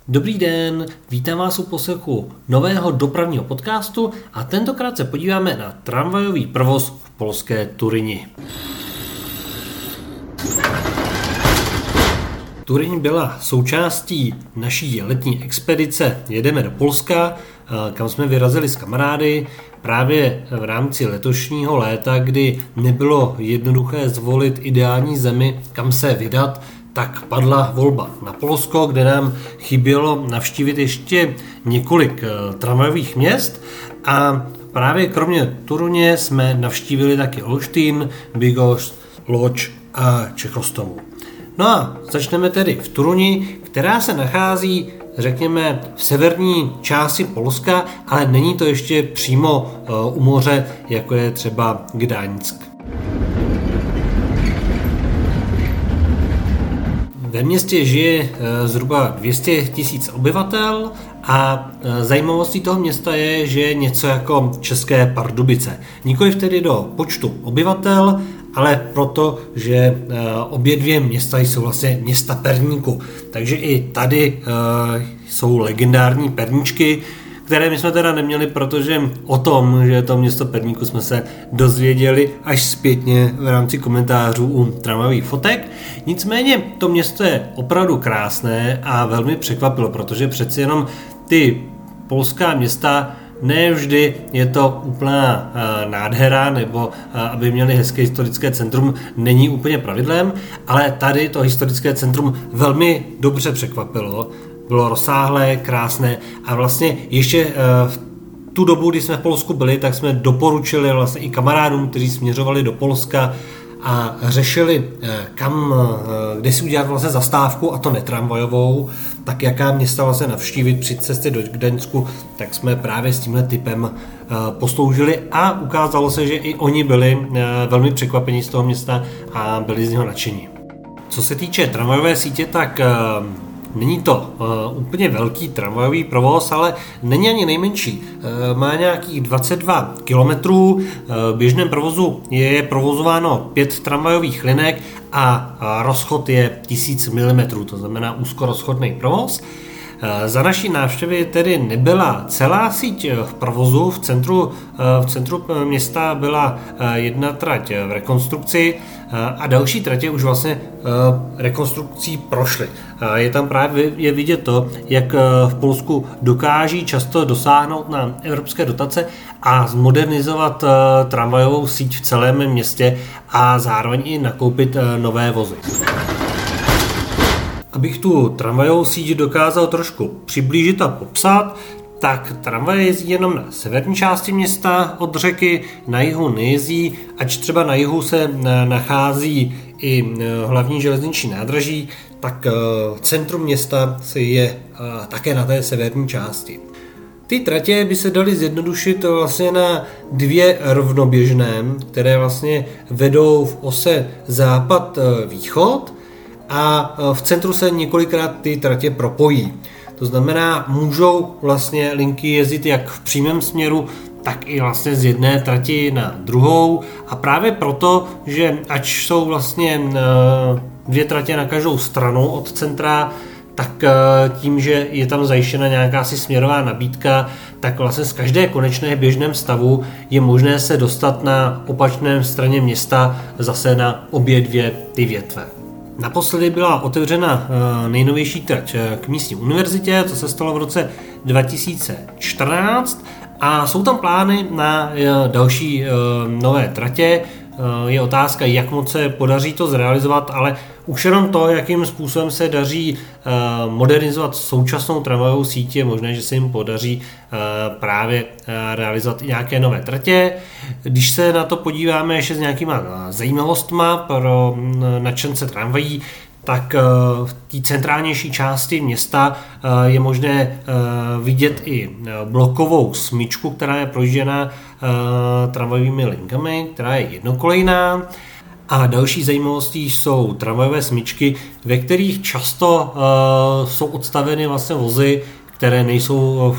Dobrý den, vítám vás u poslechu nového dopravního podcastu a tentokrát se podíváme na tramvajový provoz v polské Turyni. Turyň byla součástí naší letní expedice Jedeme do Polska, kam jsme vyrazili s kamarády právě v rámci letošního léta, kdy nebylo jednoduché zvolit ideální zemi, kam se vydat, tak padla volba na Polsko, kde nám chybělo navštívit ještě několik tramvajových měst a právě kromě Turuně jsme navštívili taky Olštýn, Bydgoszcz, Łódź a Čechoslovačskou. No a začneme tedy v Turuni, která se nachází, řekněme, v severní části Polska, ale není to ještě přímo u moře, jako je třeba Gdaňsk. Ve městě žije zhruba 200 000 obyvatel a zajímavostí toho města je, že je něco jako České Pardubice. Nikoliv tedy do počtu obyvatel, ale proto, že obě dvě města jsou vlastně města perníku. Takže i tady jsou legendární perníčky, které my jsme teda neměli, protože o tom, že je to město perníku, jsme se dozvěděli až zpětně v rámci komentářů u tramvajových fotek. Nicméně to město je opravdu krásné a velmi překvapilo, protože přeci jenom ty polská města ne vždy je to úplná nádhera, nebo aby měli hezké historické centrum, není úplně pravidlem, ale tady to historické centrum velmi dobře překvapilo. Bylo rozsáhlé, krásné a vlastně ještě v tu dobu, kdy jsme v Polsku byli, tak jsme doporučili vlastně i kamarádům, kteří směřovali do Polska a řešili, kde si udělat vlastně zastávku, a to netramvajovou, tak jaká města vlastně navštívit při cestě do Gdaňsku, tak jsme právě s tímhle typem posloužili a ukázalo se, že i oni byli velmi překvapení z toho města a byli z něho nadšení. Co se týče tramvajové sítě, tak není to úplně velký tramvajový provoz, ale není ani nejmenší. Má nějakých 22 kilometrů. V běžném provozu je provozováno 5 tramvajových linek a rozchod je 1000 mm, to znamená úzkorozchodný provoz. Za naší návštěvy tedy nebyla celá síť v provozu. V centru města byla jedna trať v rekonstrukci a další tratě už vlastně rekonstrukcí prošly. Je tam právě vidět to, jak v Polsku dokáží často dosáhnout na evropské dotace a zmodernizovat tramvajovou síť v celém městě a zároveň i nakoupit nové vozy. Abych tu tramvajovou síť dokázal trošku přiblížit a popsat, tak tramvaje jezdí jenom na severní části města od řeky, na jihu nejezdí, ač třeba na jihu se nachází i hlavní železniční nádraží, tak centrum města je také na té severní části. Ty tratě by se daly zjednodušit vlastně na dvě rovnoběžné, které vlastně vedou v ose západ-východ, a v centru se několikrát ty tratě propojí. To znamená, můžou vlastně linky jezdit jak v přímém směru, tak i vlastně z jedné trati na druhou. A právě proto, že ač jsou vlastně dvě tratě na každou stranu od centra, tak tím, že je tam zajištěna nějaká si směrová nabídka, tak vlastně z každé konečné běžném stavu je možné se dostat na opačné straně města zase na obě dvě ty větve. Naposledy byla otevřena nejnovější trať k místní univerzitě, to se stalo v roce 2014 a jsou tam plány na další nové tratě. Je otázka, jak moc se podaří to zrealizovat, ale už jenom to, jakým způsobem se daří modernizovat současnou tramvajovou síť, je možné, že se jim podaří právě realizovat i nějaké nové tratě. Když se na to podíváme ještě s nějakýma zajímavostma pro nadšence tramvají, tak v té centrálnější části města je možné vidět i blokovou smyčku, která je projížděna tramvajovými linkami, která je jednokolejná. A další zajímavostí jsou tramvajové smyčky, ve kterých často jsou odstaveny vlastně vozy, které nejsou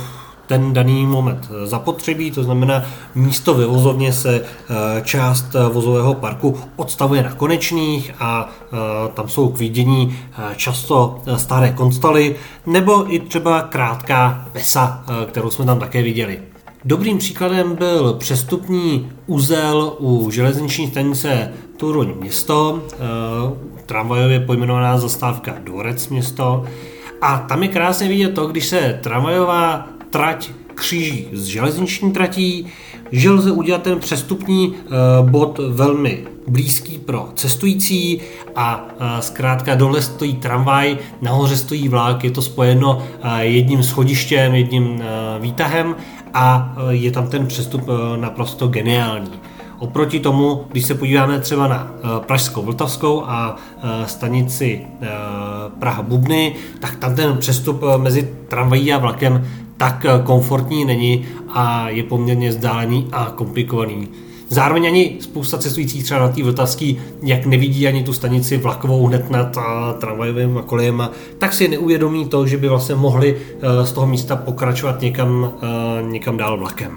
ten daný moment zapotřebí, to znamená místo ve vozovně se část vozového parku odstavuje na konečných a tam jsou k vidění často staré konstaly nebo i třeba krátká pesa, kterou jsme tam také viděli. Dobrým příkladem byl přestupní uzel u železniční stanice Toruň město, tramvajově pojmenovaná zastávka Dvorec město, a tam je krásně vidět to, když se tramvajová trať kříží s železniční tratí, že lze udělat ten přestupní bod velmi blízký pro cestující a zkrátka dole stojí tramvaj, nahoře stojí vlak, je to spojeno jedním schodištěm, jedním výtahem a je tam ten přestup naprosto geniální. Oproti tomu, když se podíváme třeba na Pražskou Vltavskou a stanici Praha-Bubny, tak tam ten přestup mezi tramvají a vlakem tak komfortní není a je poměrně vzdálený a komplikovaný. Zároveň ani spousta cestujících třeba na té Vltavský, jak nevidí ani tu stanici vlakovou hned nad tramvajovými kolejema, tak si neuvědomí to, že by vlastně mohli z toho místa pokračovat někam dál vlakem.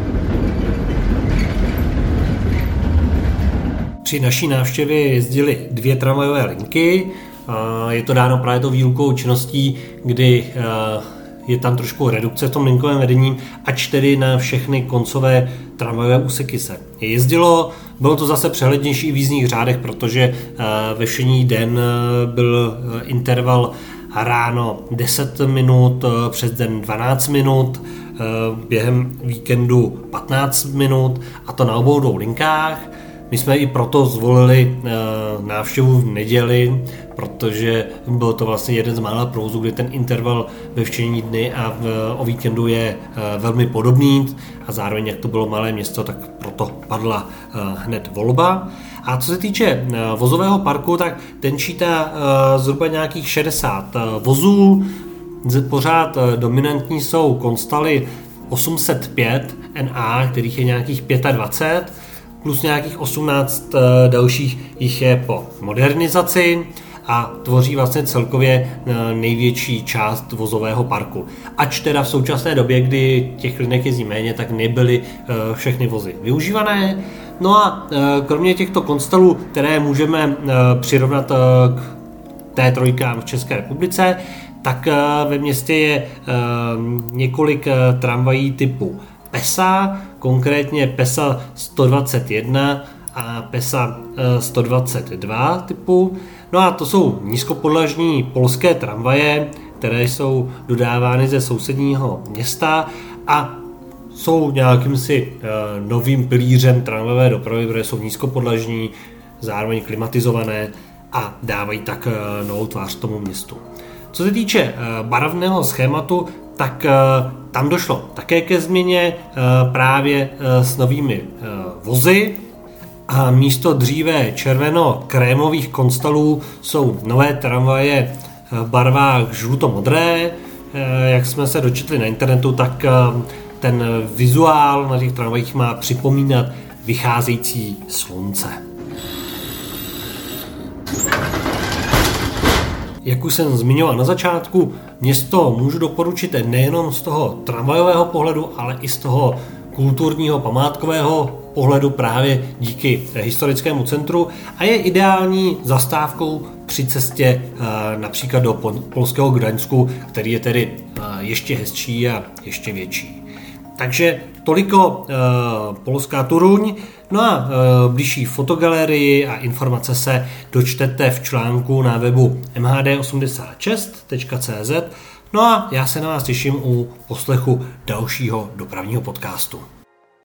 Při naší návštěvě jezdily 2 tramvajové linky. Je to dáno právě tou výlukovou činností, kdy je tam trošku redukce v tom linkovém vedení a 4 na všechny koncové tramvajové úseky se jezdilo. Bylo to zase přehlednější v jízdních řádech, protože ve všední den byl interval ráno 10 minut, přes den 12 minut, během víkendu 15 minut a to na obou 2 linkách. My jsme i proto zvolili návštěvu v neděli, protože byl to vlastně jeden z mála prouzů, kde ten interval ve všední dny a o víkendu je velmi podobný a zároveň, jak to bylo malé město, tak proto padla hned volba. A co se týče vozového parku, tak ten čítá zhruba nějakých 60 vozů, pořád dominantní jsou konstaly 805 NA, kterých je nějakých 25, plus nějakých 18 dalších jich je po modernizaci a tvoří vlastně celkově největší část vozového parku. Ač teda v současné době, kdy těch linek jezdí méně, tak nebyly všechny vozy využívané. No a kromě těchto konstelů, které můžeme přirovnat k T3 v České republice, tak ve městě je několik tramvají typu PESA, konkrétně PESA 121 a PESA 122 typu. No a to jsou nízkopodlažní polské tramvaje, které jsou dodávány ze sousedního města a jsou nějakým si novým pilířem tramvajové dopravy, které jsou nízkopodlažní, zároveň klimatizované a dávají tak novou tvář tomu městu. Co se týče barevného schématu, tak tam došlo také ke změně právě s novými vozy a místo dříve červeno-krémových konstalů jsou nové tramvaje v barvách žluto-modré. Jak jsme se dočetli na internetu, tak ten vizuál na těch tramvajích má připomínat vycházející slunce. Jak už jsem zmiňoval na začátku, město můžu doporučit nejenom z toho tramvajového pohledu, ale i z toho kulturního památkového pohledu právě díky historickému centru a je ideální zastávkou při cestě například do polského Gdaňsku, který je tedy ještě hezčí a ještě větší. Takže toliko polská Toruň. No a bližší fotogalerii a informace se dočtete v článku na webu mhd86.cz. No a já se na vás těším u poslechu dalšího dopravního podcastu.